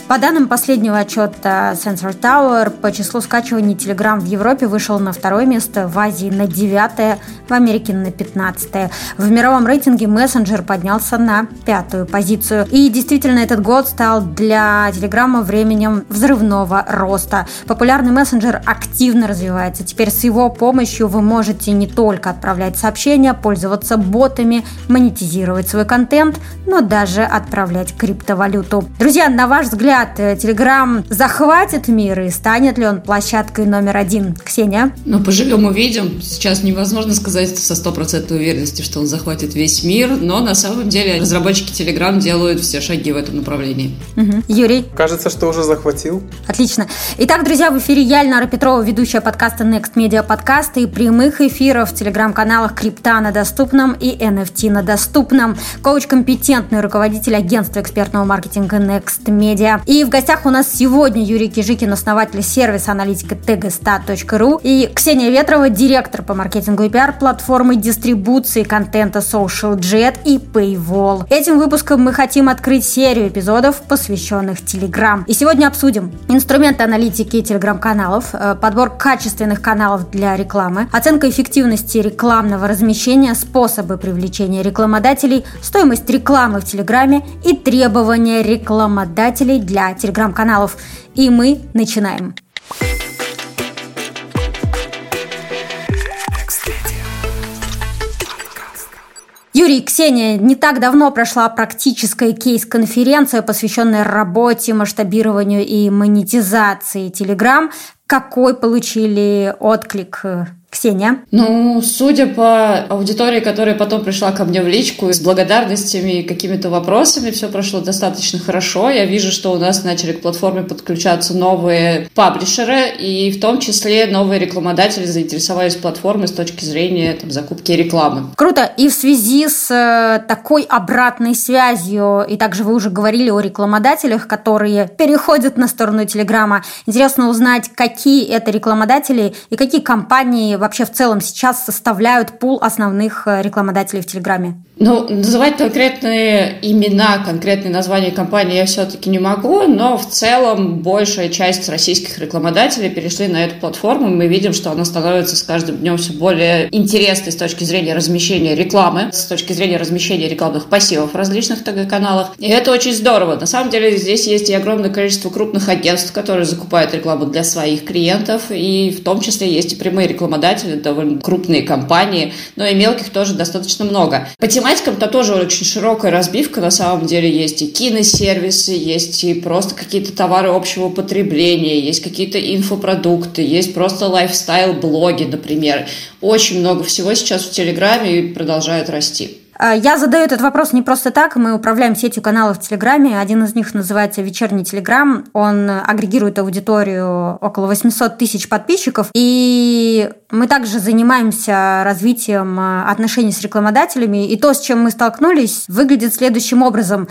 По данным последнего отчета Sensor Tower, по числу скачиваний Telegram в Европе вышел на 2 место, в Азии на 9, в Америке на 15. В мировом рейтинге мессенджер поднялся на 5 позицию. И действительно, этот год стал для Telegram временем взрывного роста. Популярный мессенджер активно развивается. Теперь с его помощью вы можете не только отправлять сообщения, пользоваться ботами, монетизировать свой контент, но даже отправлять криптовалюту. Друзья, на ваш взгляд, Telegram захватит мир и станет ли он площадкой номер 1? Ксения? Поживем увидим. Сейчас невозможно сказать со 100% уверенности, что он захватит весь мир, но на самом деле разработчики Telegram делают все шаги в этом направлении. Юрий? Кажется, что уже захватил. Отлично. Итак, друзья, в эфире я, Эльнара Петрова, ведущая подкаста Next Media подкаста и прямых эфиров в Telegram-каналах «Крипта на доступном» и NFT на доступном. Коуч-компетентный руководитель агентства экспертного маркетинга Next Media. И в гостях у нас сегодня Юрий Кижикин, основатель сервиса аналитика tgstat.ru, и Ксения Ветрова, директор по маркетингу и пиар платформы дистрибуции контента Social Jet и Paywall. Этим выпуском мы хотим открыть серию эпизодов, посвященных Telegram. И сегодня обсудим инструменты аналитики Telegram-каналов, подбор качественных каналов для рекламы, оценка эффективности рекламного размещения, способы привлечения рекламодателей, стоимость рекламы в Телеграме и требования рекламодателей для Telegram-каналов. И мы начинаем. Юрий, Ксения, не так давно прошла практическая кейс-конференция, посвященная работе, масштабированию и монетизации Telegram. Какой получили отклик? Ксения? Судя по аудитории, которая потом пришла ко мне в личку с благодарностями и какими-то вопросами, все прошло достаточно хорошо. Я вижу, что у нас начали к платформе подключаться новые паблишеры, и в том числе новые рекламодатели заинтересовались платформой с точки зрения закупки рекламы. Круто. И в связи с такой обратной связью, и также вы уже говорили о рекламодателях, которые переходят на сторону Телеграма, интересно узнать, какие это рекламодатели и какие компании вообще в целом сейчас составляют пул основных рекламодателей в Телеграме? Называть конкретные имена, конкретные названия компании я все-таки не могу, но в целом большая часть российских рекламодателей перешли на эту платформу. Мы видим, что она становится с каждым днем все более интересной с точки зрения размещения рекламы, с точки зрения размещения рекламных пассивов в различных ТГ-каналах. И это очень здорово. На самом деле здесь есть и огромное количество крупных агентств, которые закупают рекламу для своих клиентов, и в том числе есть и прямые рекламодатели, довольно крупные компании, но и мелких тоже достаточно много. По тематикам-то тоже очень широкая разбивка. На самом деле есть и киносервисы, есть и просто какие-то товары общего потребления, есть какие-то инфопродукты, есть просто лайфстайл-блоги, например. Очень много всего сейчас в Телеграме и продолжает расти. Я задаю этот вопрос не просто так. Мы управляем сетью каналов в Телеграме. Один из них называется «Вечерний Телеграм». Он агрегирует аудиторию около 800 тысяч подписчиков. И мы также занимаемся развитием отношений с рекламодателями. И то, с чем мы столкнулись, выглядит следующим образом.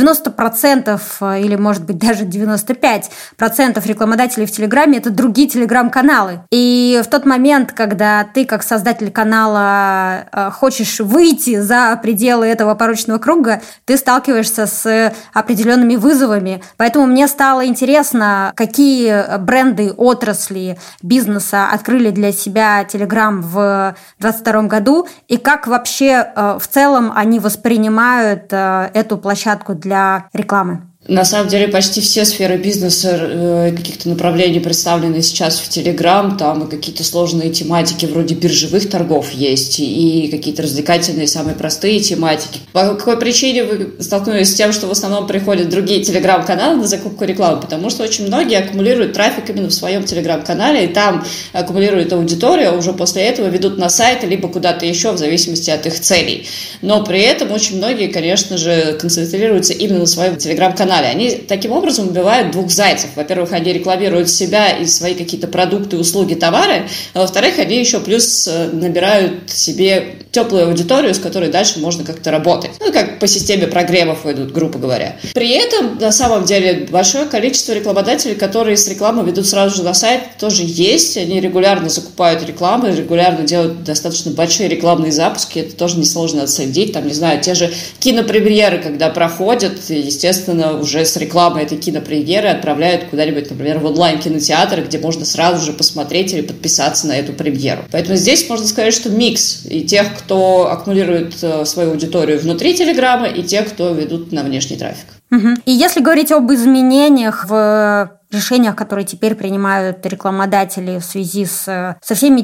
90% или, может быть, даже 95% рекламодателей в Телеграме – это другие Телеграм-каналы. И в тот момент, когда ты, как создатель канала, хочешь выйти за пределы этого порочного круга, ты сталкиваешься с определенными вызовами. Поэтому мне стало интересно, какие бренды, отрасли бизнеса открыли для себя Telegram в 2022 году и как вообще в целом они воспринимают эту площадку для рекламы. На самом деле почти все сферы бизнеса, каких-то направлений представлены сейчас в Telegram. Там и какие-то сложные тематики вроде биржевых торгов есть, и какие-то развлекательные, самые простые тематики. По какой причине вы столкнулись с тем, что в основном приходят другие Telegram-каналы на закупку рекламы? Потому что очень многие аккумулируют трафик именно в своем Telegram-канале, и там аккумулируют аудиторию, а уже после этого ведут на сайт, либо куда-то еще, в зависимости от их целей. Но при этом очень многие, конечно же, концентрируются именно на своем Telegram-канале. Они таким образом убивают двух зайцев. Во-первых, они рекламируют себя и свои какие-то продукты, услуги, товары, а во-вторых, они еще плюс набирают себе теплую аудиторию, с которой дальше можно как-то работать. Ну, как по системе прогревов идут, грубо говоря. При этом, на самом деле, большое количество рекламодателей, которые с рекламой ведут сразу же на сайт, тоже есть. Они регулярно закупают рекламу, регулярно делают достаточно большие рекламные запуски. Это тоже несложно отследить. Там, не знаю, те же кинопремьеры, когда проходят, естественно, уже с рекламой этой кинопремьеры отправляют куда-нибудь, например, в онлайн-кинотеатр, где можно сразу же посмотреть или подписаться на эту премьеру. Поэтому здесь можно сказать, что микс и тех, кто аккумулирует свою аудиторию внутри Телеграма, и тех, кто ведут на внешний трафик. И если говорить об изменениях в решениях, которые теперь принимают рекламодатели в связи со всеми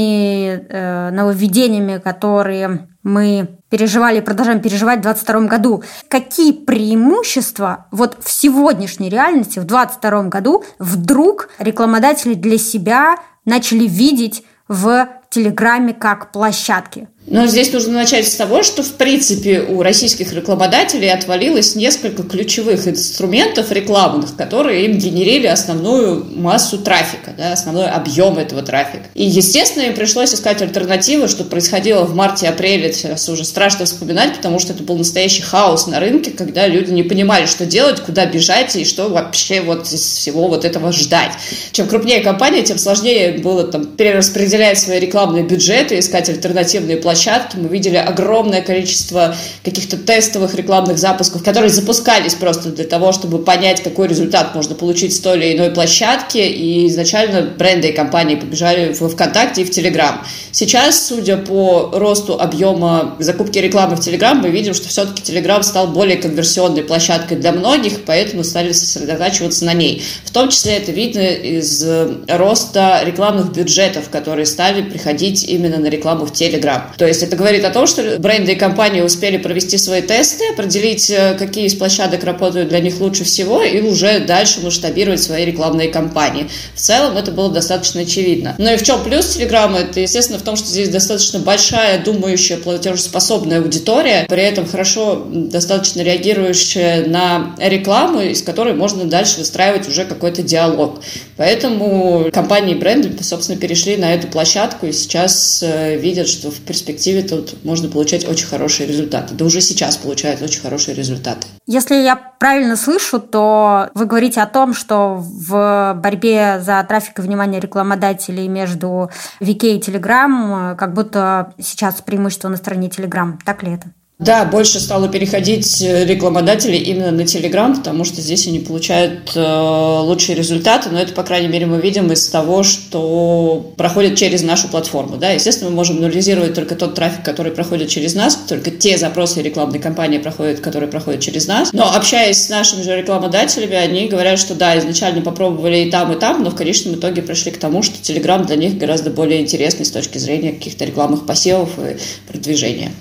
теми нововведениями, которые мы переживали и продолжаем переживать в 2022 году, какие преимущества вот в сегодняшней реальности, в 2022 году, вдруг рекламодатели для себя начали видеть в Телеграме как площадке? Но здесь нужно начать с того, что, в принципе, у российских рекламодателей отвалилось несколько ключевых инструментов рекламных, которые им генерили основную массу трафика, да, основной объем этого трафика. И, естественно, им пришлось искать альтернативы, что происходило в марте-апреле. Сейчас уже страшно вспоминать, потому что это был настоящий хаос на рынке, когда люди не понимали, что делать, куда бежать и что вообще вот из всего вот этого ждать. Чем крупнее компания, тем сложнее было там перераспределять свои рекламные бюджеты, искать альтернативные площадки. Мы видели огромное количество каких-то тестовых рекламных запусков, которые запускались просто для того, чтобы понять, какой результат можно получить с той или иной площадки. И изначально бренды и компании побежали в ВКонтакте и в Телеграм. Сейчас, судя по росту объема закупки рекламы в Телеграм, мы видим, что все-таки Телеграм стал более конверсионной площадкой для многих, поэтому стали сосредотачиваться на ней. В том числе это видно из роста рекламных бюджетов, которые стали приходить именно на рекламу в Телеграм. То есть это говорит о том, что бренды и компании успели провести свои тесты, определить, какие из площадок работают для них лучше всего, и уже дальше масштабировать свои рекламные кампании. В целом это было достаточно очевидно. Ну и в чем плюс Телеграма? Это, естественно, в том, что здесь достаточно большая, думающая, платежеспособная аудитория, при этом хорошо достаточно реагирующая на рекламу, из которой можно дальше выстраивать уже какой-то диалог. Поэтому компании и бренды, собственно, перешли на эту площадку и сейчас видят, что в перспективе тут можно получать очень хорошие результаты. Да уже сейчас получают очень хорошие результаты. Если я правильно слышу, то вы говорите о том, что в борьбе за трафик и внимание рекламодателей между VK и Telegram как будто сейчас преимущество на стороне Telegram. Так ли это? Да, больше стало переходить рекламодатели именно на Telegram, потому что здесь они получают лучшие результаты, но это, по крайней мере, мы видим из того, что проходит через нашу платформу. Да? Естественно, мы можем анализировать только тот трафик, который проходит через нас, только те запросы рекламной кампании, которые проходят через нас. Но общаясь с нашими же рекламодателями, они говорят, что да, изначально попробовали и там, но в конечном итоге пришли к тому, что Telegram для них гораздо более интересный с точки зрения каких-то рекламных посевов и продвижения.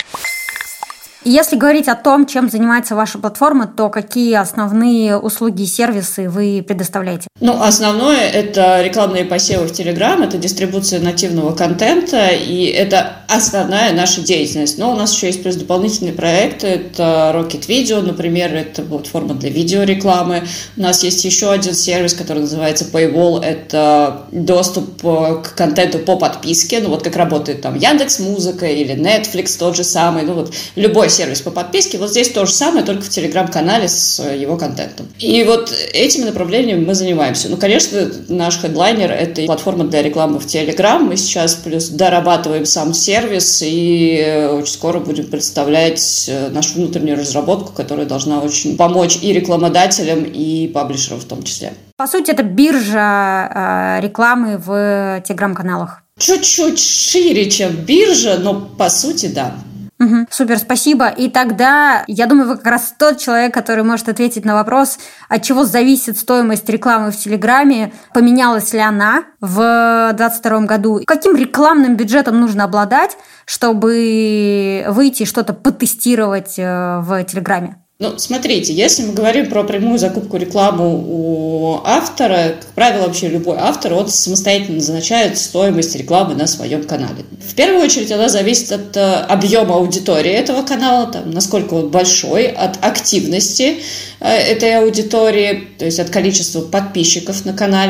Если говорить о том, чем занимается ваша платформа, то какие основные услуги и сервисы вы предоставляете? Основное – это рекламные посевы в Telegram, это дистрибуция нативного контента, и это основная наша деятельность. Но у нас еще есть плюс дополнительные проекты. Это Rocket Video, например, это платформа для видеорекламы. У нас есть еще один сервис, который называется Paywall. Это доступ к контенту по подписке. Как работает там Яндекс.Музыка или Netflix тот же самый. Любой сервис по подписке. Здесь то же самое, только в Telegram-канале с его контентом. И этими направлениями мы занимаемся. Конечно, наш хедлайнер – это платформа для рекламы в Telegram. Мы сейчас плюс дорабатываем сам сервис и очень скоро будем представлять нашу внутреннюю разработку, которая должна очень помочь и рекламодателям, и паблишерам в том числе. По сути, это биржа рекламы в Telegram-каналах. Чуть-чуть шире, чем биржа, но по сути, да. Супер, спасибо. И тогда, я думаю, вы как раз тот человек, который может ответить на вопрос, от чего зависит стоимость рекламы в Телеграме, поменялась ли она в 2022 году, каким рекламным бюджетом нужно обладать, чтобы выйти и что-то потестировать в Телеграме. Смотрите, если мы говорим про прямую закупку рекламы у автора, как правило, вообще любой автор, он самостоятельно назначает стоимость рекламы на своем канале. В первую очередь она зависит от объема аудитории этого канала, насколько он большой, от активности этой аудитории, то есть от количества подписчиков на канале.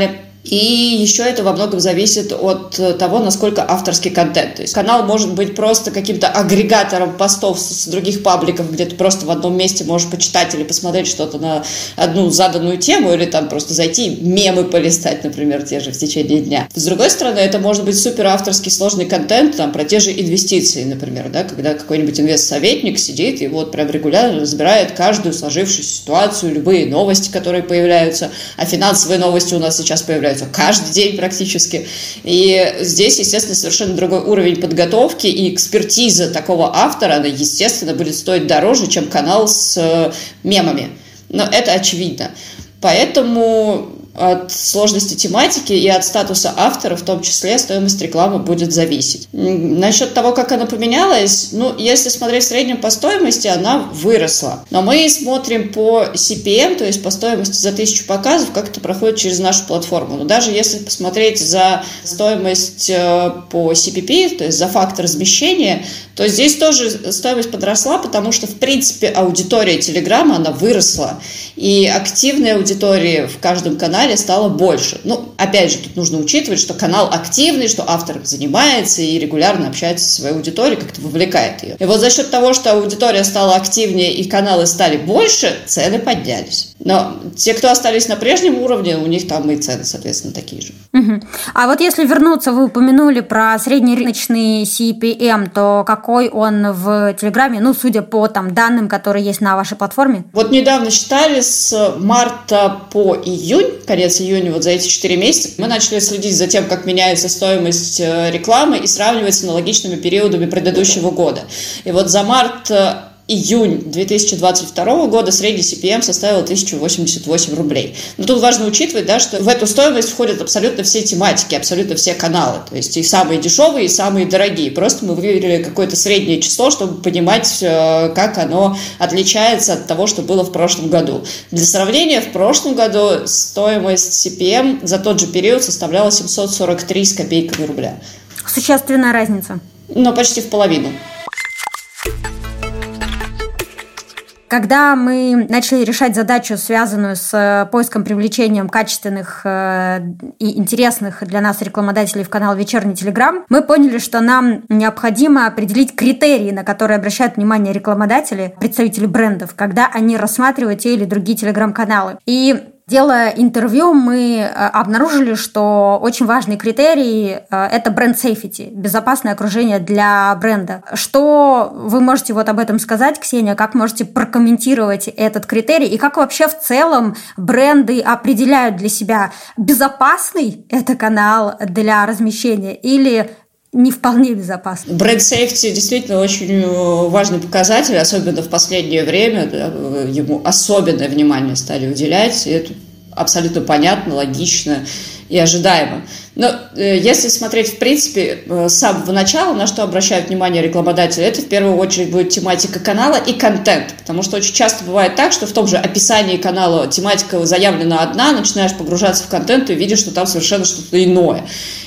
И еще это во многом зависит от того, насколько авторский контент. То есть канал может быть просто каким-то агрегатором постов с других пабликов, где ты просто в одном месте можешь почитать или посмотреть что-то на одну заданную тему, или там просто зайти мемы полистать, например, те же в течение дня. С другой стороны, это может быть супер авторский сложный контент там, про те же инвестиции, например, да, когда какой-нибудь инвестсоветник сидит и вот прям регулярно разбирает каждую сложившуюся ситуацию, любые новости, которые появляются, а финансовые новости у нас сейчас появляются каждый день практически. И здесь, естественно, совершенно другой уровень подготовки, и экспертиза такого автора, она, естественно, будет стоить дороже, чем канал с мемами. Но это очевидно. Поэтому от сложности тематики и от статуса автора, в том числе, стоимость рекламы будет зависеть. Насчет того, как она поменялась, если смотреть в среднем по стоимости, она выросла. Но мы смотрим по CPM, то есть по стоимости за 1000 показов, как это проходит через нашу платформу. Но даже если посмотреть за стоимость по CPP, то есть за фактор размещения, то здесь тоже стоимость подросла, потому что, в принципе, аудитория Телеграма, она выросла. И активной аудитории в каждом канале стало больше. Опять же, тут нужно учитывать, что канал активный, что автор занимается и регулярно общается со своей аудиторией, как-то вовлекает ее. И вот за счет того, что аудитория стала активнее и каналы стали больше, цены поднялись. Но те, кто остались на прежнем уровне, у них там и цены, соответственно, такие же. Угу. А вот если вернуться, вы упомянули про среднерыночный CPM, то какой он в Телеграме, судя по данным, которые есть на вашей платформе? Вот недавно считали с марта по июнь, конец июня, вот за эти 4 месяца, мы начали следить за тем, как меняется стоимость рекламы и сравнивать с аналогичными периодами предыдущего года. И вот за март-июнь 2022 года средний CPM составил 1088 рублей. Но тут важно учитывать, что в эту стоимость входят абсолютно все тематики, абсолютно все каналы. То есть и самые дешевые, и самые дорогие. Просто мы вывели какое-то среднее число, чтобы понимать, как оно отличается от того, что было в прошлом году. Для сравнения, в прошлом году стоимость CPM за тот же период составляла 743 с копейками рубля. Существенная разница. Почти в половину. Когда мы начали решать задачу, связанную с поиском, привлечением качественных и интересных для нас рекламодателей в канал «Вечерний Телеграм», мы поняли, что нам необходимо определить критерии, на которые обращают внимание рекламодатели, представители брендов, когда они рассматривают те или другие телеграм-каналы. И делая интервью, мы обнаружили, что очень важный критерий – это бренд-сейфити, безопасное окружение для бренда. Что вы можете об этом сказать, Ксения? Как можете прокомментировать этот критерий? И как вообще в целом бренды определяют для себя, безопасный это канал для размещения или не вполне безопасно? Бренд-сейфти действительно очень важный показатель, особенно в последнее время. Ему особенное внимание стали уделять, и это абсолютно понятно, логично и ожидаемо. Но если смотреть, в принципе, с самого начала, на что обращают внимание рекламодатели, это в первую очередь будет тематика канала и контент. Потому что очень часто бывает так, что в том же описании канала тематика заявлена одна, начинаешь погружаться в контент и видишь, что там совершенно что-то иное.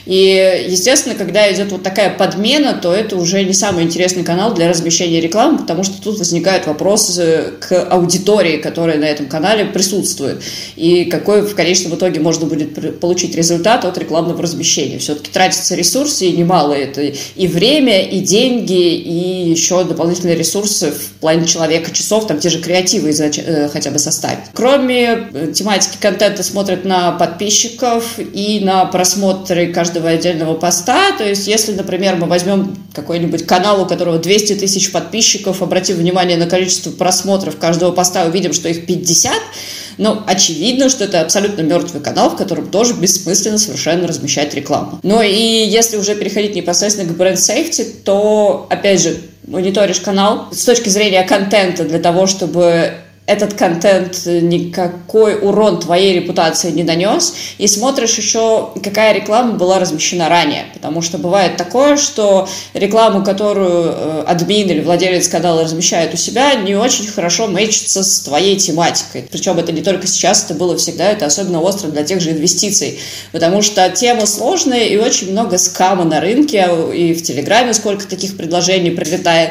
И, естественно, когда идет вот такая подмена, то это уже не самый интересный канал для размещения рекламы, потому что тут возникают вопросы к аудитории, которая на этом канале присутствует. И какой в конечном итоге можно будет получить результат от рекламного размещения. Все-таки тратятся ресурсы, и немало это и время, и деньги, и еще дополнительные ресурсы в плане человека, часов, там те же креативы хотя бы составить. Кроме тематики контента смотрят на подписчиков и на просмотры каждого отдельного поста. То есть, если, например, мы возьмем какой-нибудь канал, у которого 200 тысяч подписчиков, обратим внимание на количество просмотров каждого поста, увидим, что их 50, очевидно, что это абсолютно мертвый канал, в котором тоже бессмысленно совершенно размещать рекламу. И если уже переходить непосредственно к бренд-сейфти, то, опять же, мониторишь канал с точки зрения контента для того, чтобы этот контент никакой урон твоей репутации не нанес, и смотришь еще, какая реклама была размещена ранее, потому что бывает такое, что рекламу, которую админ или владелец канала размещает у себя, не очень хорошо мэчится с твоей тематикой. Причем это не только сейчас, это было всегда, это особенно остро для тех же инвестиций, потому что тема сложная и очень много скама на рынке, и в Телеграме сколько таких предложений прилетает.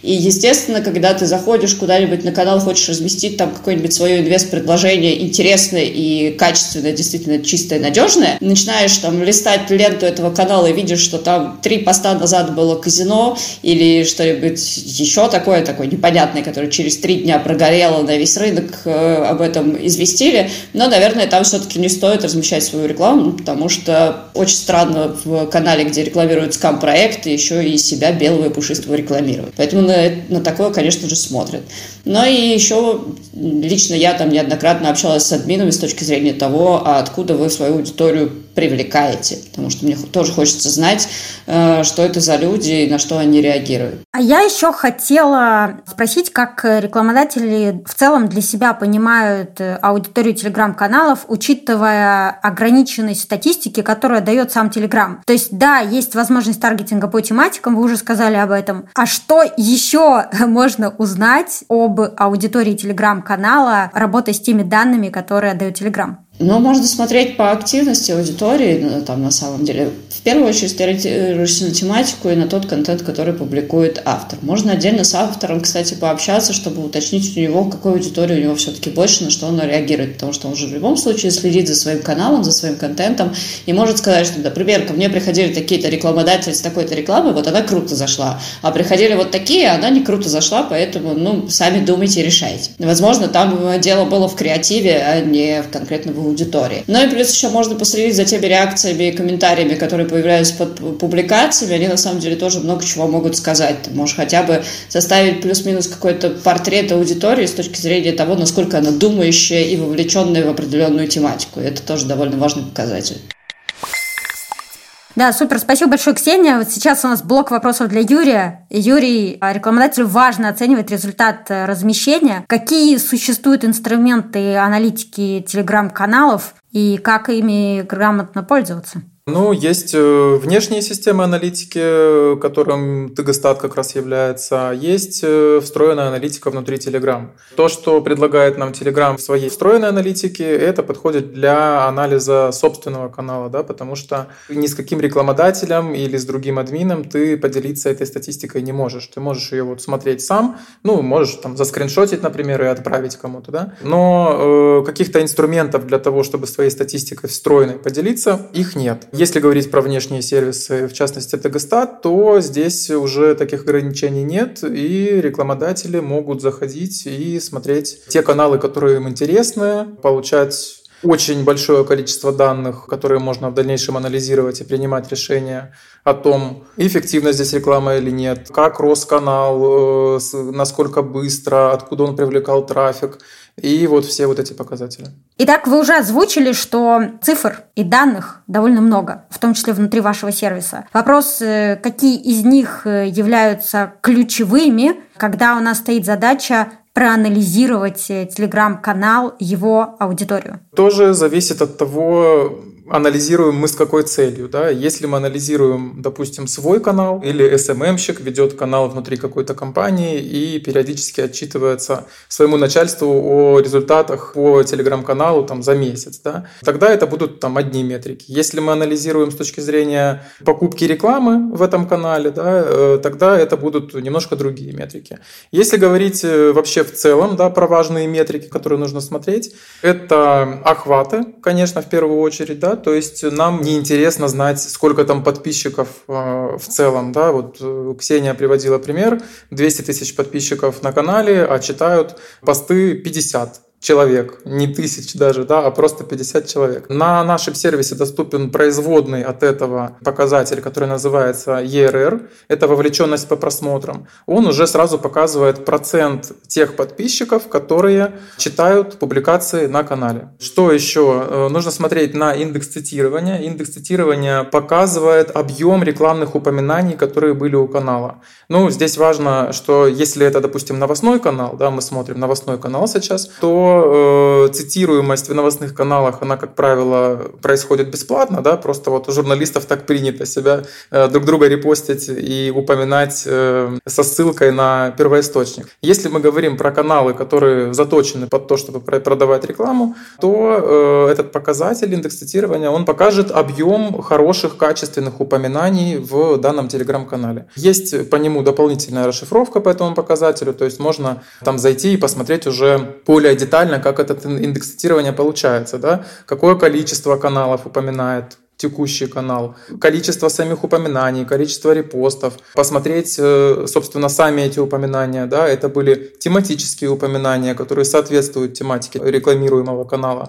И, естественно, когда ты заходишь куда-нибудь на канал, хочешь разместить там какое-нибудь свое инвест-предложение интересное и качественное, действительно чистое, надежное, начинаешь там листать ленту этого канала и видишь, что там 3 поста назад было казино или что-нибудь еще такое непонятное, которое через 3 дня прогорело на весь рынок, об этом известили. Но, наверное, там все-таки не стоит размещать свою рекламу, потому что очень странно в канале, где рекламируют скам-проекты, еще и себя белого и пушистого рекламировать. Поэтому на такое, конечно же, смотрят. Но и еще лично я там неоднократно общалась с админами с точки зрения того, откуда вы свою аудиторию привлекаете, потому что мне тоже хочется знать, что это за люди и на что они реагируют. А я еще хотела спросить, как рекламодатели в целом для себя понимают аудиторию телеграм-каналов, учитывая ограниченность статистики, которую дает сам Телеграм. То есть, да, есть возможность таргетинга по тематикам, вы уже сказали об этом. А что еще можно узнать об аудитории телеграм-канала, работая с теми данными, которые дает Телеграм? Ну, можно смотреть по активности аудитории, там на самом деле. В первую очередь ориентируешься на тематику и на тот контент, который публикует автор. Можно отдельно с автором, кстати, пообщаться, чтобы уточнить у него, какой аудитории у него все-таки больше, на что он реагирует. Потому что он же в любом случае следит за своим каналом, за своим контентом и может сказать, что, например, ко мне приходили такие-то рекламодатели с такой-то рекламой, вот она круто зашла. А приходили вот такие, она не круто зашла, поэтому, сами думайте и решайте. Возможно, там дело было в креативе, а не в конкретно в аудитории. Ну и плюс еще можно последить за теми реакциями и комментариями, которые появляются под публикациями. Они на самом деле тоже много чего могут сказать. Ты можешь хотя бы составить плюс-минус какой-то портрет аудитории с точки зрения того, насколько она думающая и вовлеченная в определенную тематику. И это тоже довольно важный показатель. Да, супер, спасибо большое, Ксения. Вот сейчас у нас блок вопросов для Юрия. Юрий, рекламодателю важно оценивать результат размещения. Какие существуют инструменты аналитики телеграм-каналов и как ими грамотно пользоваться? Есть внешние системы аналитики, которым Тегостат как раз является, есть встроенная аналитика внутри Telegram. То, что предлагает нам Telegram в своей встроенной аналитике, это подходит для анализа собственного канала, да, потому что ни с каким рекламодателем или с другим админом ты поделиться этой статистикой не можешь. Ты можешь ее смотреть сам, можешь там заскриншотить, например, и отправить кому-то, да. Но каких-то инструментов для того, чтобы своей статистикой встроенной поделиться, их нет. Если говорить про внешние сервисы, в частности Тегостат, то здесь уже таких ограничений нет, и рекламодатели могут заходить и смотреть те каналы, которые им интересны, получать очень большое количество данных, которые можно в дальнейшем анализировать и принимать решения о том, эффективна здесь реклама или нет, как рос канал, насколько быстро, откуда он привлекал трафик. И все эти показатели. Итак, вы уже озвучили, что цифр и данных довольно много, в том числе внутри вашего сервиса. Вопрос, какие из них являются ключевыми, когда у нас стоит задача проанализировать телеграм-канал, его аудиторию? Тоже зависит от того, анализируем мы с какой целью. Да? Если мы анализируем, допустим, свой канал, или SMM-щик ведет канал внутри какой-то компании и периодически отчитывается своему начальству о результатах по телеграм-каналу за месяц, да? Тогда это будут одни метрики. Если мы анализируем с точки зрения покупки рекламы в этом канале, да, тогда это будут немножко другие метрики. Если говорить вообще в целом, да, про важные метрики, которые нужно смотреть, это охваты, конечно, в первую очередь, да, то есть нам неинтересно знать, сколько там подписчиков в целом, да, Ксения приводила пример, 200 тысяч подписчиков на канале, а читают посты 50 человек, не тысяч даже, да, а просто 50 человек. На нашем сервисе доступен производный от этого показатель, который называется ERR, это вовлеченность по просмотрам. Он уже сразу показывает процент тех подписчиков, которые читают публикации на канале. Что еще? Нужно смотреть на индекс цитирования. Индекс цитирования показывает объем рекламных упоминаний, которые были у канала. Здесь важно, что если это, допустим, новостной канал, да, мы смотрим новостной канал сейчас, то что цитируемость в новостных каналах, она, как правило, происходит бесплатно, да, просто вот у журналистов так принято себя друг друга репостить и упоминать со ссылкой на первоисточник. Если мы говорим про каналы, которые заточены под то, чтобы продавать рекламу, то этот показатель, индекс цитирования, он покажет объем хороших, качественных упоминаний в данном телеграм-канале. Есть по нему дополнительная расшифровка по этому показателю, то есть можно там зайти и посмотреть уже более детально, как этот индекс цитирования получается, да? Какое количество каналов упоминает текущий канал, количество самих упоминаний, количество репостов, посмотреть, собственно, сами эти упоминания, да, это были тематические упоминания, которые соответствуют тематике рекламируемого канала,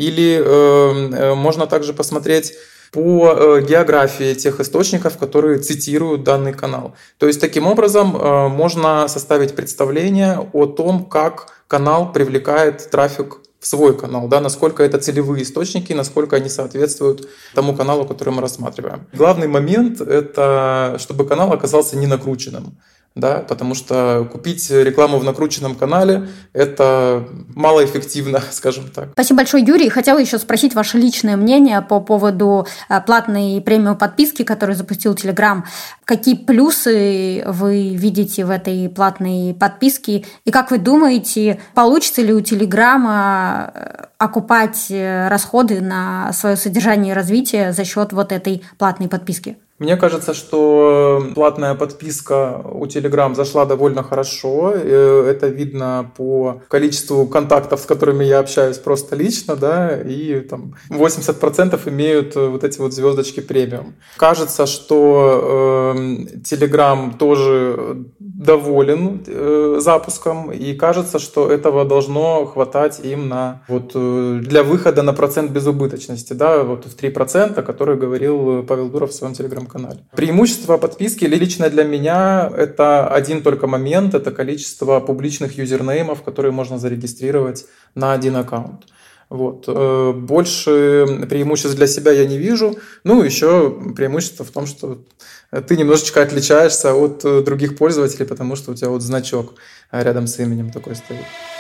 или можно также посмотреть по географии тех источников, которые цитируют данный канал. То есть, таким образом, можно составить представление о том, как канал привлекает трафик в свой канал, да, насколько это целевые источники, насколько они соответствуют тому каналу, который мы рассматриваем. Главный момент – это чтобы канал оказался не накрученным. Да, потому что купить рекламу в накрученном канале – это малоэффективно, скажем так. Спасибо большое, Юрий. Хотела еще спросить ваше личное мнение по поводу платной премиум подписки, которую запустил Telegram. Какие плюсы вы видите в этой платной подписке? И как вы думаете, получится ли у Telegram окупать расходы на свое содержание и развитие за счет вот этой платной подписки? Мне кажется, что платная подписка у Telegram зашла довольно хорошо. Это видно по количеству контактов, с которыми я общаюсь просто лично, да, и там 80% имеют вот эти вот звездочки премиум. Кажется, что Telegram тоже доволен запуском, и кажется, что этого должно хватать им на вот для выхода на процент безубыточности, да, вот в 3%, который говорил Павел Дуров в своем Telegram-канале. Преимущество подписки лично для меня это один только момент, это количество публичных юзернеймов, которые можно зарегистрировать на один аккаунт. Вот. Больше преимуществ для себя я не вижу. Ну, еще преимущество в том, что ты немножечко отличаешься от других пользователей, потому что у тебя вот значок рядом с именем такой стоит.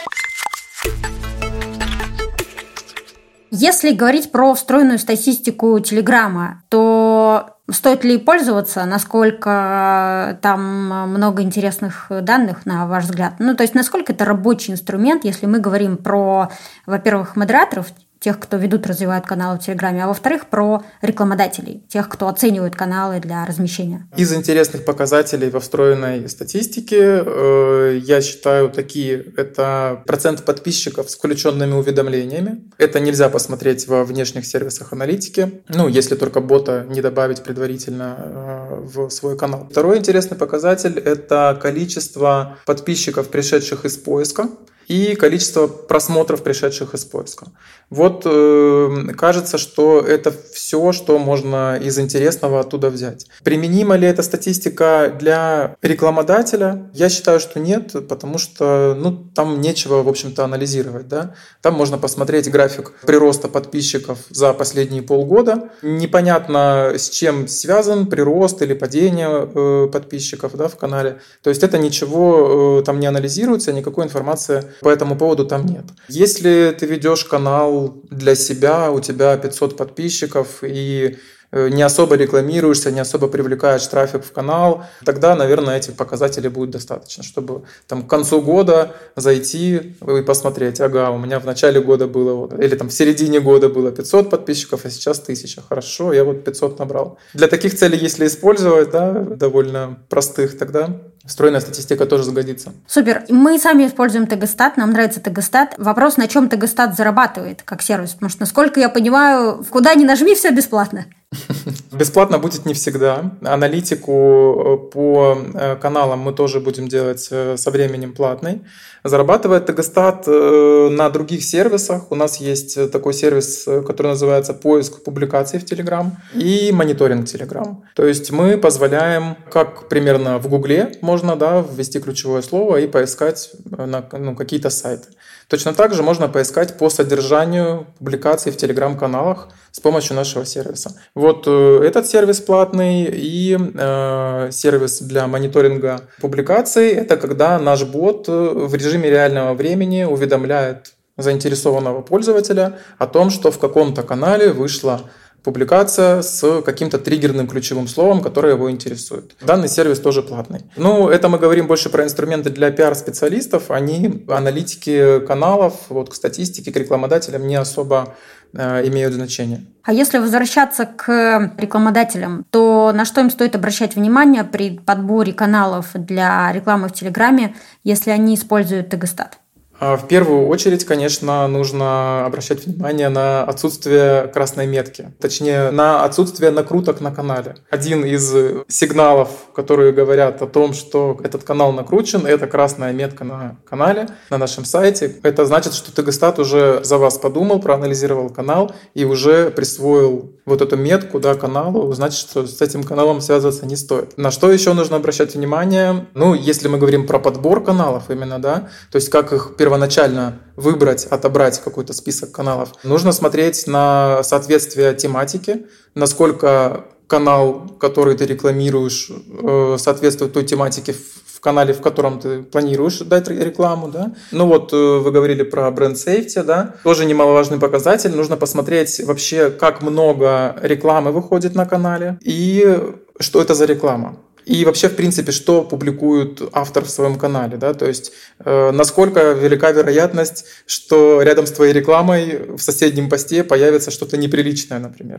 Если говорить про встроенную статистику Телеграма, то стоит ли пользоваться, насколько там много интересных данных, на ваш взгляд? Ну, то есть, насколько это рабочий инструмент, если мы говорим про, во-первых, модераторов, тех, кто ведут, развивают каналы в Телеграме, а во-вторых, про рекламодателей, тех, кто оценивает каналы для размещения. Из интересных показателей во встроенной статистике я считаю такие. Это процент подписчиков с включенными уведомлениями. Это нельзя посмотреть во внешних сервисах аналитики, ну, если только бота не добавить предварительно в свой канал. Второй интересный показатель – это количество подписчиков, пришедших из поиска, и количество просмотров, пришедших из поиска. Вот кажется, что это все, что можно из интересного оттуда взять. Применима ли эта статистика для рекламодателя? Я считаю, что нет, потому что там нечего, в общем-то, анализировать. Да? Там можно посмотреть график прироста подписчиков за последние полгода. Непонятно, с чем связан прирост или падение подписчиков, да, в канале. То есть это ничего там не анализируется, никакой информации по этому поводу там нет. Если ты ведешь канал для себя, у тебя 500 подписчиков и не особо рекламируешься, не особо привлекаешь трафик в канал, тогда, наверное, этих показателей будет достаточно, чтобы там к концу года зайти и посмотреть, ага, у меня в начале года было, или там в середине года было 500 подписчиков, а сейчас 1000. Хорошо, я вот 500 набрал. Для таких целей, если использовать, да, довольно простых, тогда встроенная статистика тоже сгодится. Супер. Мы сами используем Тегостат, нам нравится Тегостат. Вопрос, на чем Тегостат зарабатывает как сервис, потому что, насколько я понимаю, куда ни нажми, все бесплатно. Бесплатно будет не всегда. Аналитику по каналам мы тоже будем делать со временем платной. Зарабатывает Тегостат на других сервисах. У нас есть такой сервис, который называется «Поиск публикаций в Telegram» и «Мониторинг Telegram». То есть мы позволяем, как примерно в Гугле можно, да, ввести ключевое слово и поискать на какие-то сайты. Точно так же можно поискать по содержанию публикаций в Telegram-каналах с помощью нашего сервиса. Вот этот сервис платный, и сервис для мониторинга публикаций – это когда наш бот в режиме реального времени уведомляет заинтересованного пользователя о том, что в каком-то канале вышла публикация с каким-то триггерным ключевым словом, которое его интересует. Данный сервис тоже платный. Это мы говорим больше про инструменты для пиар-специалистов. Они, аналитики каналов, к статистике, к рекламодателям не особо имеют значение. А если возвращаться к рекламодателям, то на что им стоит обращать внимание при подборе каналов для рекламы в Телеграме, если они используют Тегостат? В первую очередь, конечно, нужно обращать внимание на отсутствие красной метки, точнее, на отсутствие накруток на канале. Один из сигналов, которые говорят о том, что этот канал накручен, это красная метка на канале, на нашем сайте. Это значит, что Тегостат уже за вас подумал, проанализировал канал и уже присвоил эту метку каналу, значит, что с этим каналом связываться не стоит. На что еще нужно обращать внимание? Если мы говорим про подбор каналов именно, то есть как их первоначально выбрать, отобрать какой-то список каналов, нужно смотреть на соответствие тематике, насколько канал, который ты рекламируешь, соответствует той тематике в канале, в котором ты планируешь дать рекламу. Вы говорили про бренд сейфти, тоже немаловажный показатель. Нужно посмотреть вообще, как много рекламы выходит на канале и что это за реклама. И вообще, в принципе, что публикует автор в своем канале, то есть насколько велика вероятность, что рядом с твоей рекламой в соседнем посте появится что-то неприличное, например,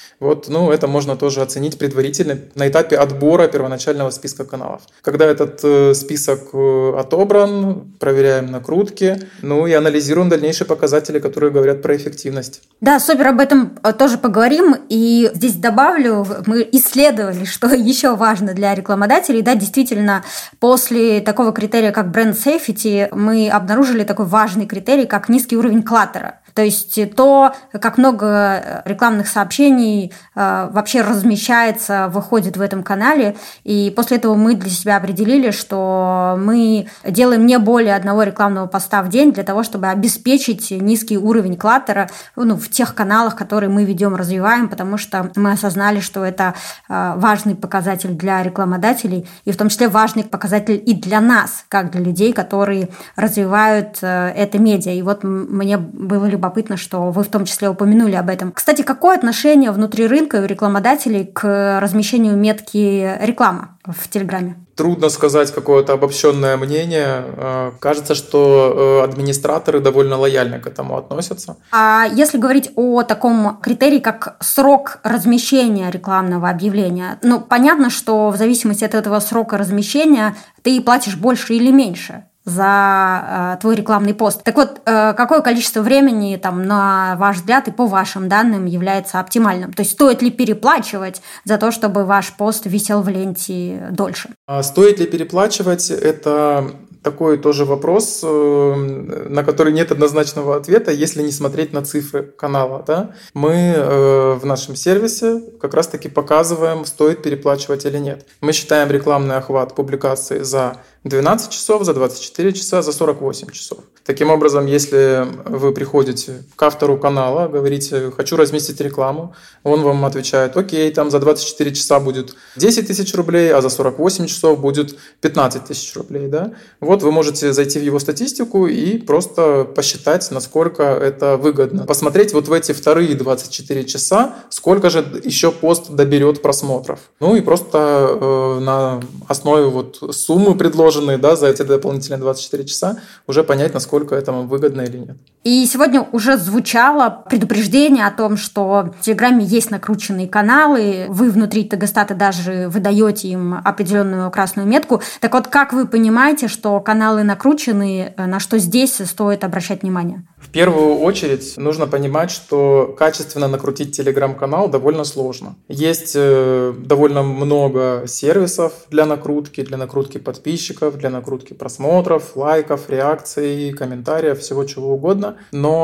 это можно тоже оценить предварительно на этапе отбора первоначального списка каналов. Когда этот список отобран, проверяем накрутки, и анализируем дальнейшие показатели, которые говорят про эффективность. Да, супер, об этом тоже поговорим, и здесь добавлю, мы исследовали, что еще важно для рекламодателей. Действительно, после такого критерия, как бренд сейфти, мы обнаружили такой важный критерий, как низкий уровень клаттера. То есть то, как много рекламных сообщений вообще размещается, выходит в этом канале. И после этого мы для себя определили, что мы делаем не более одного рекламного поста в день для того, чтобы обеспечить низкий уровень клаттера в тех каналах, которые мы ведем, развиваем, потому что мы осознали, что это важный показатель для рекламодателей, и в том числе важный показатель и для нас, как для людей, которые развивают это медиа. И мне было любопытно, что вы в том числе упомянули об этом. Кстати, какое отношение внутри рынка у рекламодателей к размещению метки «реклама» в Телеграме? Трудно сказать какое-то обобщенное мнение. Кажется, что администраторы довольно лояльно к этому относятся. А если говорить о таком критерии, как срок размещения рекламного объявления, понятно, что в зависимости от этого срока размещения ты платишь больше или меньше за твой рекламный пост. Так вот, какое количество времени, на ваш взгляд и по вашим данным, является оптимальным? То есть стоит ли переплачивать за то, чтобы ваш пост висел в ленте дольше? Стоит ли переплачивать? Это такой тоже вопрос, на который нет однозначного ответа, если не смотреть на цифры канала. Мы в нашем сервисе как раз-таки показываем, стоит переплачивать или нет. Мы считаем рекламный охват публикации за 12 часов, за 24 часа, за 48 часов. Таким образом, если вы приходите к автору канала, говорите: хочу разместить рекламу, он вам отвечает: окей, за 24 часа будет 10 тысяч рублей, а за 48 часов будет 15 тысяч рублей. Вы можете зайти в его статистику и просто посчитать, насколько это выгодно. Посмотреть в эти вторые 24 часа, сколько же еще пост доберет просмотров. И просто на основе суммы предложенной за эти дополнительные 24 часа уже понять, насколько это вам выгодно или нет. И сегодня уже звучало предупреждение о том, что в Телеграме есть накрученные каналы, вы внутри Тегостата даже выдаете им определенную красную метку. Так вот, как вы понимаете, что каналы накручены, на что здесь стоит обращать внимание? В первую очередь нужно понимать, что качественно накрутить Telegram-канал довольно сложно. Есть довольно много сервисов для накрутки подписчиков, для накрутки просмотров, лайков, реакций, комментариев, всего чего угодно.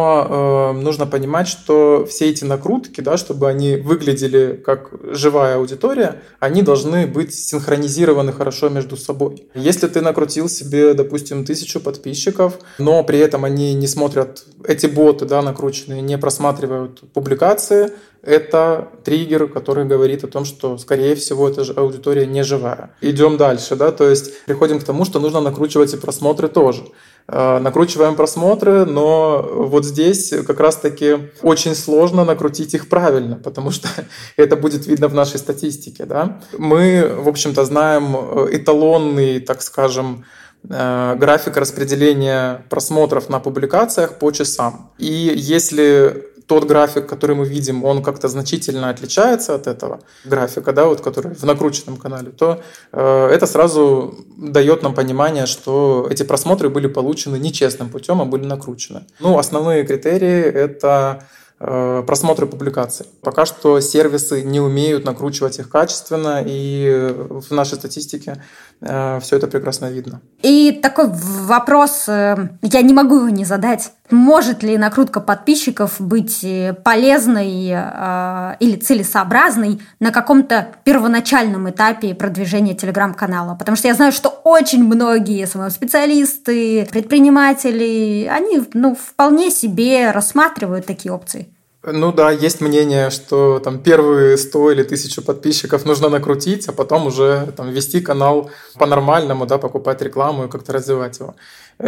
Но нужно понимать, что все эти накрутки, чтобы они выглядели как живая аудитория, они должны быть синхронизированы хорошо между собой. Если ты накрутил себе, допустим, 1000 подписчиков, но при этом они не смотрят, эти боты, накрученные, не просматривают публикации, это триггер, который говорит о том, что, скорее всего, эта же аудитория не живая. Идем дальше, то есть приходим к тому, что нужно накручивать и просмотры тоже. накручиваем просмотры, но вот здесь как раз-таки очень сложно накрутить их правильно, потому что это будет видно в нашей статистике. Да? Мы, в общем-то, знаем эталонный, так скажем, график распределения просмотров на публикациях по часам. И если тот график, который мы видим, он как-то значительно отличается от этого графика, да, вот, который в накрученном канале, то это сразу дает нам понимание, что эти просмотры были получены нечестным путем, а были накручены. Ну, основные критерии – это просмотры публикаций. Пока что сервисы не умеют накручивать их качественно, и в нашей статистике все это прекрасно видно. И такой вопрос, я не могу его не задать. Может ли накрутка подписчиков быть полезной или целесообразной на каком-то первоначальном этапе продвижения телеграм-канала? Потому что я знаю, что очень многие СММ-специалисты, предприниматели, они вполне себе рассматривают такие опции. Ну да, есть мнение, что там первые 100 или 1000 подписчиков нужно накрутить, а потом уже там вести канал по-нормальному, да, покупать рекламу и как-то развивать его.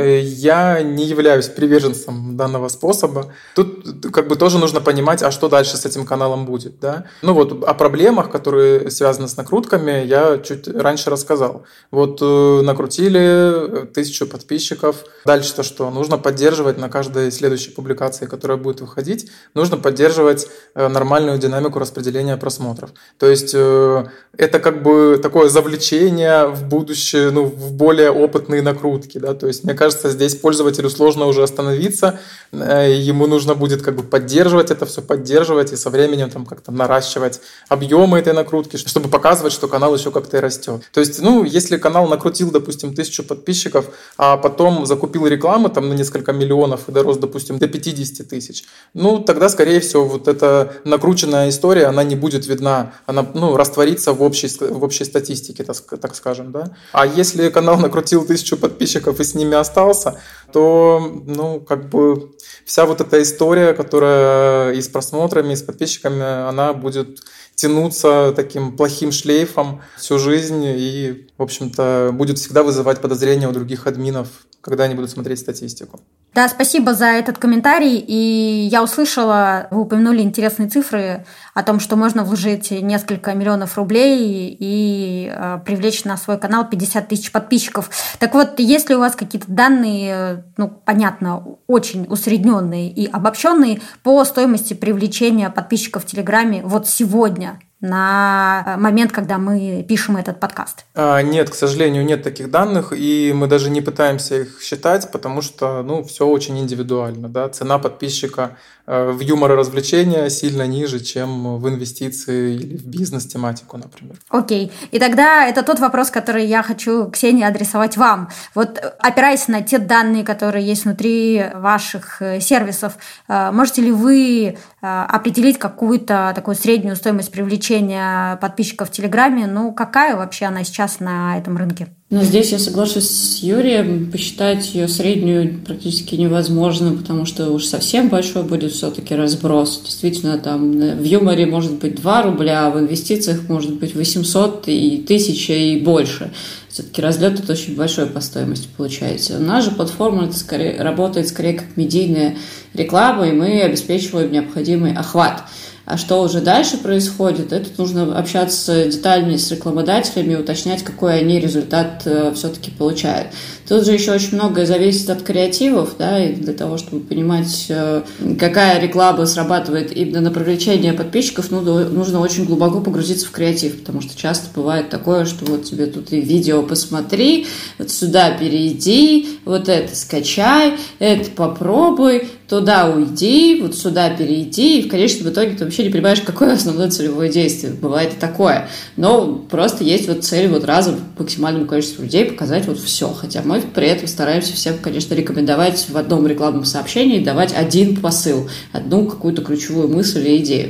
Я не являюсь приверженцем данного способа. Тут как бы тоже нужно понимать, а что дальше с этим каналом будет. Да? Ну вот о проблемах, которые связаны с накрутками, я чуть раньше рассказал. Вот накрутили 1000 подписчиков. Дальше-то что? Нужно поддерживать на каждой следующей публикации, которая будет выходить, нужно поддерживать нормальную динамику распределения просмотров. То есть это как бы такое завлечение в будущее, в более опытные накрутки. Да? То есть мне кажется, здесь пользователю сложно уже остановиться, ему нужно будет как бы поддерживать это все, поддерживать и со временем там как-то наращивать объемы этой накрутки, чтобы показывать, что канал еще как-то и растет. То есть, если канал накрутил, допустим, 1000 подписчиков, а потом закупил рекламы там на несколько миллионов и дорос, допустим, до 50 тысяч, тогда, скорее всего, вот эта накрученная история, она не будет видна, она растворится в общей статистике, так скажем, да. А если канал накрутил 1000 подписчиков и с ними остался, то, вся вот эта история, которая и с просмотрами, и с подписчиками, она будет тянуться таким плохим шлейфом всю жизнь и, в общем-то, будет всегда вызывать подозрения у других админов, когда они будут смотреть статистику. Да, спасибо за этот комментарий. И я услышала, вы упомянули интересные цифры о том, что можно вложить несколько миллионов рублей и привлечь на свой канал 50 тысяч подписчиков. Так вот, есть ли у вас какие-то данные, понятно, очень усредненные и обобщенные по стоимости привлечения подписчиков в Телеграме вот сегодня, на момент, когда мы пишем этот подкаст? Нет, к сожалению, нет таких данных, и мы даже не пытаемся их считать, потому что, все очень индивидуально. Да? Цена подписчика в юмор и развлечения сильно ниже, чем в инвестиции или в бизнес-тематику, например. Окей. И тогда это тот вопрос, который я хочу, Ксения, адресовать вам. Вот опираясь на те данные, которые есть внутри ваших сервисов, можете ли вы определить какую-то такую среднюю стоимость привлечения подписчиков в Телеграме? Какая вообще она сейчас на этом рынке? Здесь я соглашусь с Юрием, посчитать ее среднюю практически невозможно, потому что уж совсем большой будет все-таки разброс. Действительно, там в юморе может быть 2 рубля, а в инвестициях может быть 800 и 1000 и больше. Все-таки разлет тут очень большой по стоимости получается. У нас же платформа работает скорее как медийная реклама, и мы обеспечиваем необходимый охват. А что уже дальше происходит, это нужно общаться детальнее с рекламодателями, уточнять, какой они результат все-таки получают. Тут же еще очень многое зависит от креативов, да, и для того, чтобы понимать, какая реклама срабатывает именно на привлечение подписчиков, нужно очень глубоко погрузиться в креатив, потому что часто бывает такое, что вот тебе тут и видео посмотри, вот сюда перейди, вот это скачай, это попробуй, туда уйди, вот сюда перейди, и в конечном итоге ты вообще не понимаешь, какое основное целевое действие. Бывает и такое. Но просто есть вот цель вот разом максимальному количеству людей показать вот все. Хотя мы при этом стараемся всем, конечно, рекомендовать в одном рекламном сообщении давать один посыл, одну какую-то ключевую мысль или идею.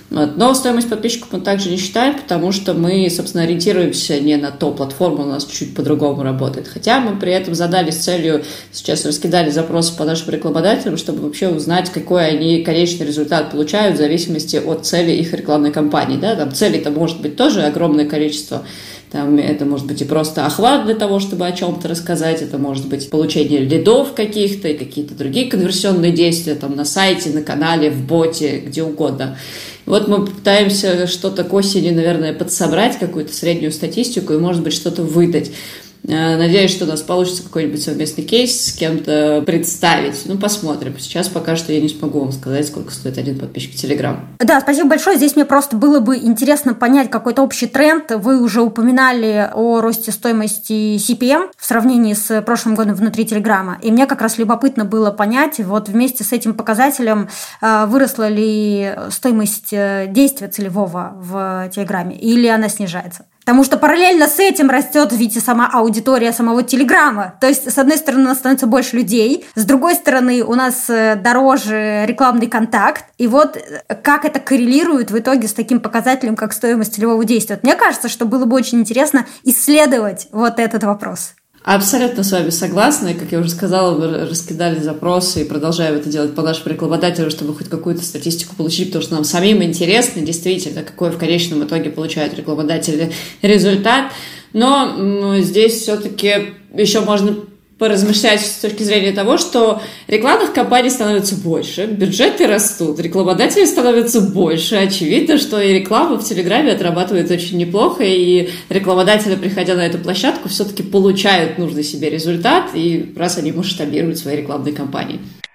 Вот. Но стоимость подписчиков мы также не считаем, потому что мы, собственно, ориентируемся не на ту платформу, у нас чуть по-другому работает. Хотя мы при этом задались целью, сейчас раскидали запросы по нашим рекламодателям, чтобы вообще узнать, какой они конечный результат получают в зависимости от цели их рекламной кампании. Да? Там целей-то может быть тоже огромное количество. Там это может быть и просто охват для того, чтобы о чем-то рассказать, это может быть получение лидов каких-то и какие-то другие конверсионные действия там на сайте, на канале, в боте, где угодно. Вот мы пытаемся что-то к осени, наверное, подсобрать, какую-то среднюю статистику и, может быть, что-то выдать. Надеюсь, что у нас получится какой-нибудь совместный кейс с кем-то представить. Ну, посмотрим. Сейчас пока что я не смогу вам сказать, сколько стоит один подписчик в Telegram. Да, спасибо большое. Здесь мне просто было бы интересно понять какой-то общий тренд. Вы уже упоминали о росте стоимости CPM в сравнении с прошлым годом внутри Телеграма. И мне как раз любопытно было понять, вот вместе с этим показателем выросла ли стоимость действия целевого в Телеграме или она снижается. Потому что параллельно с этим растет ведь и сама аудитория самого Телеграма. То есть, с одной стороны, у нас становится больше людей, с другой стороны, у нас дороже рекламный контакт. И вот как это коррелирует в итоге с таким показателем, как стоимость целевого действия. Вот мне кажется, что было бы очень интересно исследовать вот этот вопрос. Абсолютно с вами согласна. И, как я уже сказала, мы раскидали запросы и продолжаем это делать по нашим рекламодателям, чтобы хоть какую-то статистику получить, потому что нам самим интересно действительно, какой в конечном итоге получают рекламодатели результат. Но здесь все-таки еще можно поразмышлять с точки зрения того, что рекламных кампаний становится больше, бюджеты растут, рекламодателей становится больше. Очевидно, что и реклама в Телеграме отрабатывает очень неплохо, и рекламодатели, приходя на эту площадку, все-таки получают нужный себе результат, и раз они масштабируют свои рекламные кампании.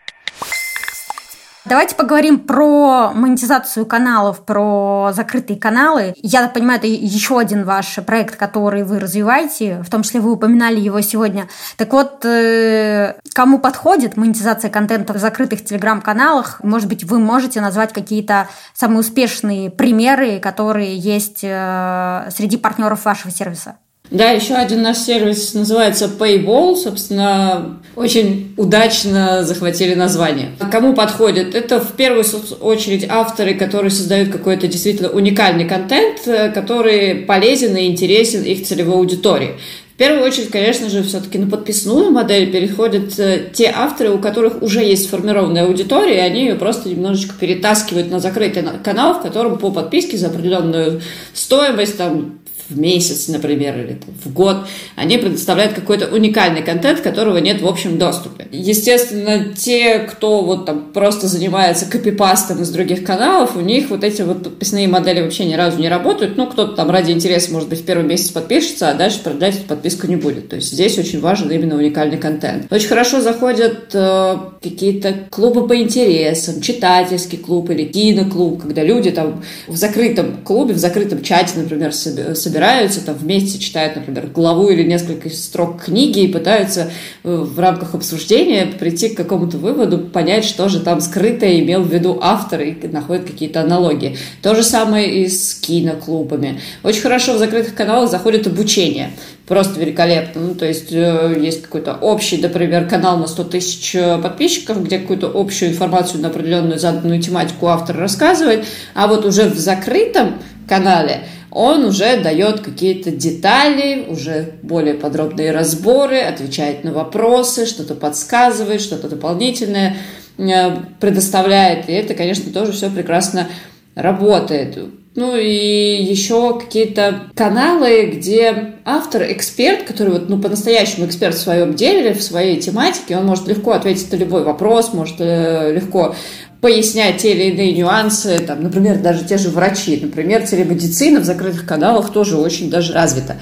Давайте поговорим про монетизацию каналов, про закрытые каналы. Я так понимаю, это еще один ваш проект, который вы развиваете, в том числе вы упоминали его сегодня. Так вот, кому подходит монетизация контента в закрытых телеграм-каналах? Может быть, вы можете назвать какие-то самые успешные примеры, которые есть среди партнеров вашего сервиса? Да, еще один наш сервис называется Paywall, собственно, очень удачно захватили название. Кому подходит? Это в первую очередь авторы, которые создают какой-то действительно уникальный контент, который полезен и интересен их целевой аудитории. В первую очередь, конечно же, все-таки на подписную модель переходят те авторы, у которых уже есть сформированная аудитория, и они ее просто немножечко перетаскивают на закрытый канал, в котором по подписке за определенную стоимость, там, в месяц, например, или там, в год, они предоставляют какой-то уникальный контент, которого нет в общем доступе. Естественно, те, кто вот там просто занимается копипастом из других каналов, у них вот эти вот подписные модели вообще ни разу не работают. Ну, кто-то там ради интереса, может быть, в первый месяц подпишется, а дальше продлять эту подписку не будет. То есть здесь очень важен именно уникальный контент. Очень хорошо заходят какие-то клубы по интересам, читательский клуб или киноклуб, когда люди там в закрытом клубе, в закрытом чате, например, собираются, там вместе читают, например, главу или несколько строк книги и пытаются в рамках обсуждения прийти к какому-то выводу, понять, что же там скрытое имел в виду автор, и находят какие-то аналогии. То же самое и с киноклубами. Очень хорошо в закрытых каналах заходит обучение. Просто великолепно. Ну, то есть есть какой-то общий, например, канал на 100 тысяч подписчиков, где какую-то общую информацию на определенную заданную тематику автор рассказывает, а вот уже в закрытом канале он уже дает какие-то детали, уже более подробные разборы, отвечает на вопросы, что-то подсказывает, что-то дополнительное предоставляет. И это, конечно, тоже все прекрасно работает. Ну и еще какие-то каналы, где автор, эксперт, который вот, ну, по-настоящему эксперт в своем деле, в своей тематике, он может легко ответить на любой вопрос, может легко пояснять те или иные нюансы, там, например, даже те же врачи. Например, телемедицина в закрытых каналах тоже очень даже развита.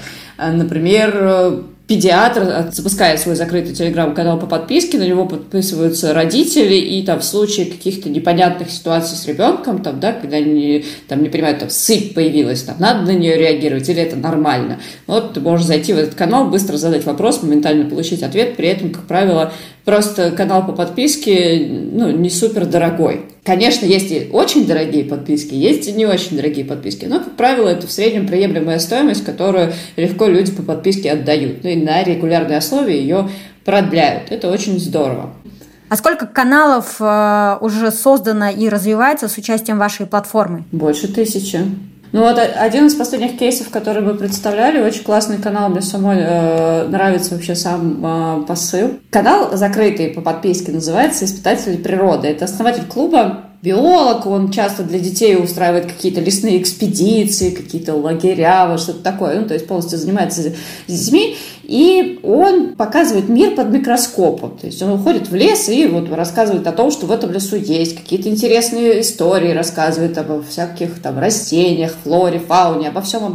Например, педиатр запускает свой закрытый телеграм-канал по подписке, на него подписываются родители, и там в случае каких-то непонятных ситуаций с ребенком, там, да, когда они там, не понимают, там сыпь появилась, там, надо на нее реагировать или это нормально. Вот ты можешь зайти в этот канал, быстро задать вопрос, моментально получить ответ, при этом, как правило, просто канал по подписке, ну, не супер дорогой. Конечно, есть и очень дорогие подписки, есть и не очень дорогие подписки, но, как правило, это в среднем приемлемая стоимость, которую легко люди по подписке отдают, ну и на регулярной основе ее продляют. Это очень здорово. А сколько каналов уже создано и развивается с участием вашей платформы? Больше 1000. Ну вот один из последних кейсов, который мы представляли, очень классный канал, мне самой нравится вообще сам посыл. Канал закрытый по подписке называется «Испытатели природы». Это основатель клуба, биолог, он часто для детей устраивает какие-то лесные экспедиции, какие-то лагеря, вот что-то такое, ну, то есть полностью занимается с детьми, и он показывает мир под микроскопом, то есть он уходит в лес и вот рассказывает о том, что в этом лесу есть, какие-то интересные истории рассказывает обо всяких там растениях, флоре, фауне, обо всем.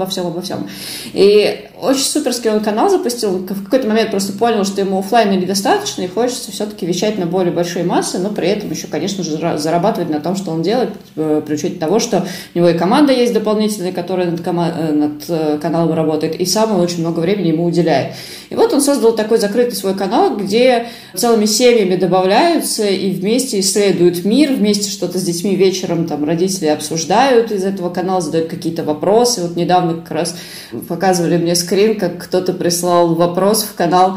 И очень суперский он канал запустил, в какой-то момент просто понял, что ему офлайна недостаточно, и хочется все-таки вещать на более большие массы, но при этом еще, конечно же, зарабатывать на том, что он делает, при учете того, что у него и команда есть дополнительная, которая над каналом работает, и сам он очень много времени ему уделяет. И вот он создал такой закрытый свой канал, где целыми семьями добавляются и вместе исследуют мир, вместе что-то с детьми вечером там родители обсуждают из этого канала, задают какие-то вопросы. Вот недавно как раз показывали мне скрин, как кто-то прислал вопрос в канал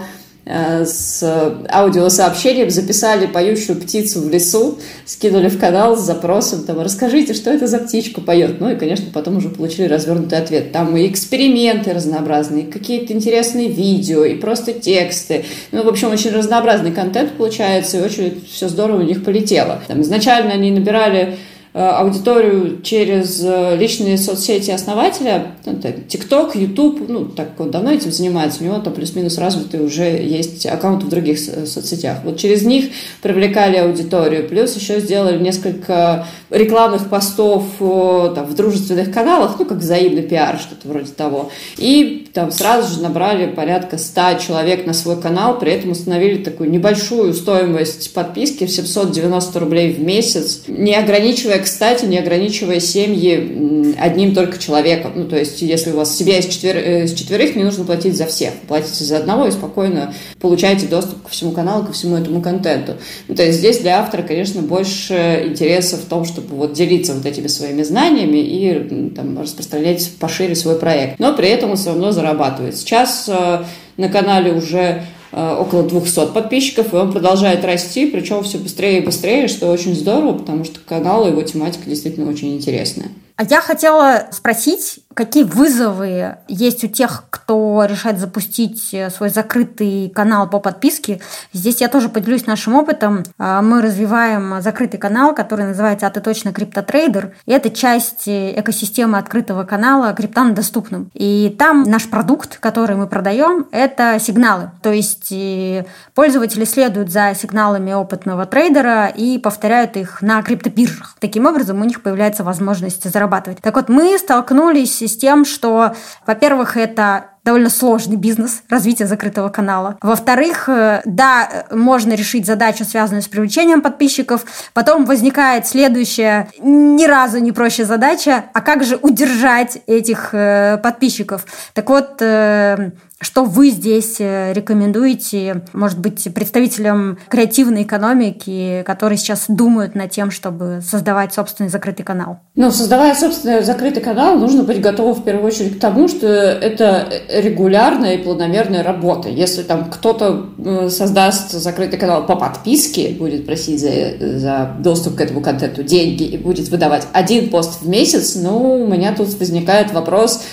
с аудиосообщением, записали поющую птицу в лесу, скинули в канал с запросом, там, расскажите, что это за птичка поет. Ну и, конечно, потом уже получили развернутый ответ. Там и эксперименты разнообразные, и какие-то интересные видео, и просто тексты. Ну, в общем, очень разнообразный контент получается, и очень все здорово у них полетело. Там изначально они набирали аудиторию через личные соцсети основателя, TikTok, YouTube, ну, так он давно этим занимается, у него там плюс-минус развитый уже есть аккаунт в других соцсетях. Вот через них привлекали аудиторию, плюс еще сделали несколько рекламных постов там, в дружественных каналах, ну, как взаимный пиар, что-то вроде того. И там сразу же набрали порядка 100 человек на свой канал, при этом установили такую небольшую стоимость подписки в 790 рублей в месяц, не ограничивая, кстати, не ограничивая семьи одним только человеком. Ну, то есть, если у вас семья из четверых, не нужно платить за всех. Платите за одного и спокойно получаете доступ ко всему каналу, ко всему этому контенту. Ну, то есть, здесь для автора, конечно, больше интереса в том, чтобы вот делиться вот этими своими знаниями и там, распространять пошире свой проект. Но при этом он все равно зарабатывает. Сейчас на канале уже около 200 подписчиков, и он продолжает расти, причем все быстрее и быстрее, что очень здорово, потому что канал и его тематика действительно очень интересная. А я хотела спросить, какие вызовы есть у тех, кто решает запустить свой закрытый канал по подписке. Здесь я тоже поделюсь нашим опытом. Мы развиваем закрытый канал, который называется «А ты точно криптотрейдер». И это часть экосистемы открытого канала «Криптам доступным». И там наш продукт, который мы продаем, это сигналы. То есть пользователи следуют за сигналами опытного трейдера и повторяют их на криптобиржах. Таким образом, у них появляется возможность зарабатывать. Так вот, мы столкнулись с тем, что, во-первых, это довольно сложный бизнес, развитие закрытого канала. Во-вторых, да, можно решить задачу, связанную с привлечением подписчиков. Потом возникает следующая, ни разу не проще задача, а как же удержать этих подписчиков? Так вот, что вы здесь рекомендуете, может быть, представителям креативной экономики, которые сейчас думают над тем, чтобы создавать собственный закрытый канал? Ну, создавая собственный закрытый канал, нужно быть готовым в первую очередь к тому, что это регулярная и планомерная работа. Если там кто-то создаст закрытый канал по подписке, будет просить за доступ к этому контенту деньги и будет выдавать один пост в месяц, ну, у меня тут возникает вопрос,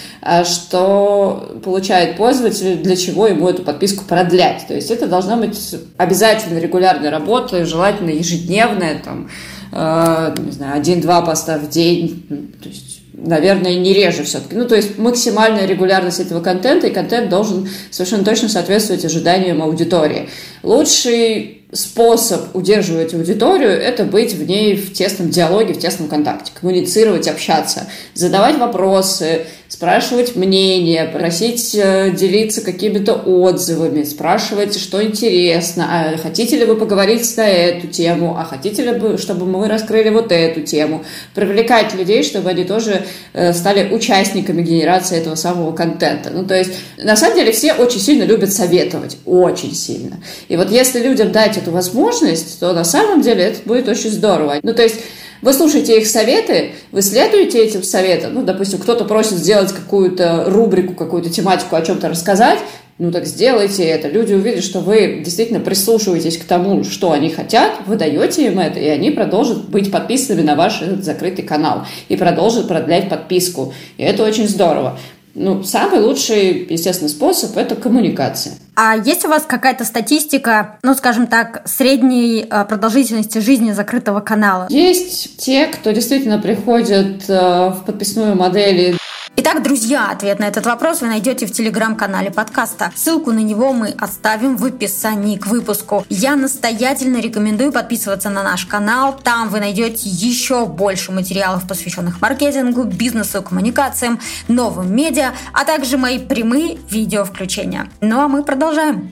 что получает пользователь, для чего ему эту подписку продлять. То есть это должна быть обязательно регулярная работа, желательно ежедневная, там, не знаю, 1-2 поста в день, то есть, наверное, не реже все-таки. Ну, то есть максимальная регулярность этого контента, и контент должен совершенно точно соответствовать ожиданиям аудитории. Лучший способ удерживать аудиторию – это быть в ней в тесном диалоге, в тесном контакте, коммуницировать, общаться, задавать вопросы, спрашивать мнение, просить делиться какими-то отзывами, спрашивать, что интересно, а хотите ли вы поговорить на эту тему, а хотите ли вы, чтобы мы раскрыли вот эту тему, привлекать людей, чтобы они тоже стали участниками генерации этого самого контента. Ну, то есть, на самом деле, все очень сильно любят советовать, очень сильно. И вот если людям дать эту возможность, то на самом деле это будет очень здорово. Ну, то есть, вы слушаете их советы, вы следуете этим советам. Ну, допустим, кто-то просит сделать какую-то рубрику, какую-то тематику, о чем-то рассказать. Ну так сделайте это. Люди увидят, что вы действительно прислушиваетесь к тому, что они хотят, вы даете им это, и они продолжат быть подписанными на ваш этот закрытый канал и продолжат продлять подписку. И это очень здорово. Ну, самый лучший, естественно, способ – это коммуникация. А есть у вас какая-то статистика, ну, скажем так, средней продолжительности жизни закрытого канала? Есть те, кто действительно приходит в подписную модель. Итак, друзья, ответ на этот вопрос вы найдете в телеграм-канале подкаста. Ссылку на него мы оставим в описании к выпуску. Я настоятельно рекомендую подписываться на наш канал. Там вы найдете еще больше материалов, посвященных маркетингу, бизнесу, коммуникациям, новым медиа, а также мои прямые видео-включения. Ну а мы продолжаем.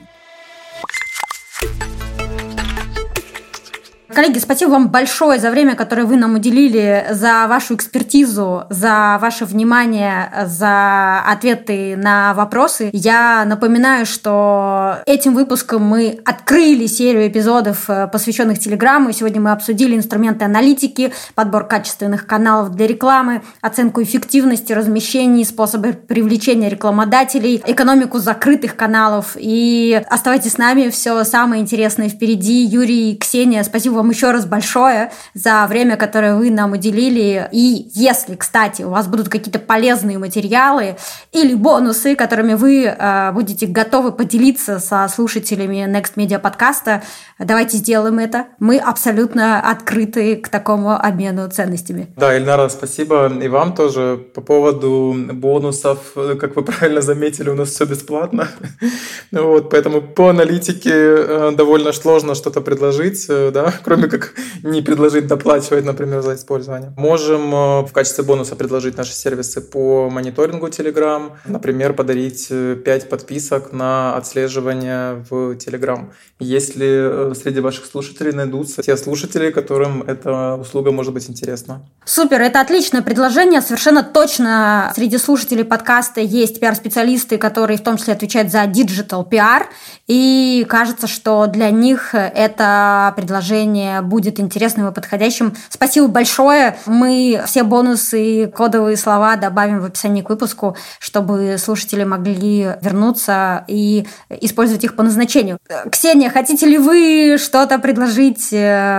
Коллеги, спасибо вам большое за время, которое вы нам уделили, за вашу экспертизу, за ваше внимание, за ответы на вопросы. Я напоминаю, что этим выпуском мы открыли серию эпизодов, посвященных Телеграму. Сегодня мы обсудили инструменты аналитики, подбор качественных каналов для рекламы, оценку эффективности размещений, способы привлечения рекламодателей, экономику закрытых каналов. И оставайтесь с нами, все самое интересное впереди. Юрий и Ксения, спасибо вам еще раз большое за время, которое вы нам уделили. И если, кстати, у вас будут какие-то полезные материалы или бонусы, которыми вы будете готовы поделиться со слушателями Next Media подкаста, давайте сделаем это. Мы абсолютно открыты к такому обмену ценностями. Да, Ильнара, спасибо. И вам тоже. По поводу бонусов, как вы правильно заметили, у нас все бесплатно. Вот, поэтому по аналитике довольно сложно что-то предложить, да, кроме как не предложить доплачивать, например, за использование. Можем в качестве бонуса предложить наши сервисы по мониторингу Telegram, например, подарить 5 подписок на отслеживание в Telegram. Если среди ваших слушателей найдутся те слушатели, которым эта услуга может быть интересна. Супер, это отличное предложение. Совершенно точно среди слушателей подкаста есть пиар-специалисты, которые в том числе отвечают за digital PR, и кажется, что для них это предложение будет интересным и подходящим. Спасибо большое. Мы все бонусы и кодовые слова добавим в описании к выпуску, чтобы слушатели могли вернуться и использовать их по назначению. Ксения, хотите ли вы что-то предложить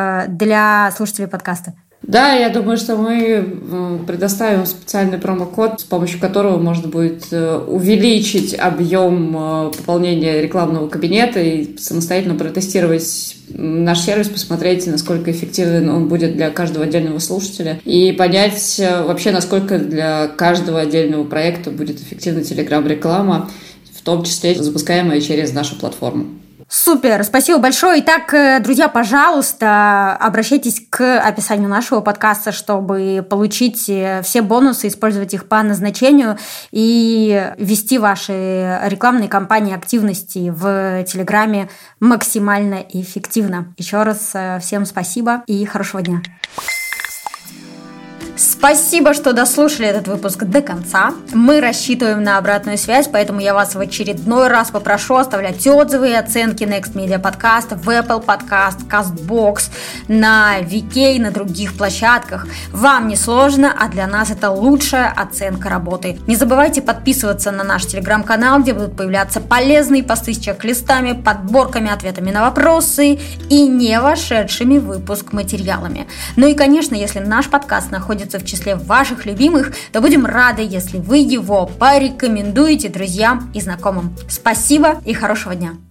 для слушателей подкаста? Да, я думаю, что мы предоставим специальный промокод, с помощью которого можно будет увеличить объем пополнения рекламного кабинета и самостоятельно протестировать наш сервис, посмотреть, насколько эффективен он будет для каждого отдельного слушателя и понять вообще, насколько для каждого отдельного проекта будет эффективна Telegram-реклама, в том числе запускаемая через нашу платформу. Супер, спасибо большое. Итак, друзья, пожалуйста, обращайтесь к описанию нашего подкаста, чтобы получить все бонусы, использовать их по назначению и вести ваши рекламные кампании, активности в Телеграме максимально эффективно. Еще раз всем спасибо и хорошего дня. Спасибо, что дослушали этот выпуск до конца. Мы рассчитываем на обратную связь, поэтому я вас в очередной раз попрошу оставлять отзывы и оценки Next Media Podcast в Apple Podcast, CastBox, на VK и на других площадках. Вам не сложно, а для нас это лучшая оценка работы. Не забывайте подписываться на наш телеграм-канал, где будут появляться полезные посты с чек-листами, подборками, ответами на вопросы и не вошедшими в выпуск материалами. Ну и, конечно, если наш подкаст находится в числе ваших любимых, то будем рады, если вы его порекомендуете друзьям и знакомым. Спасибо и хорошего дня!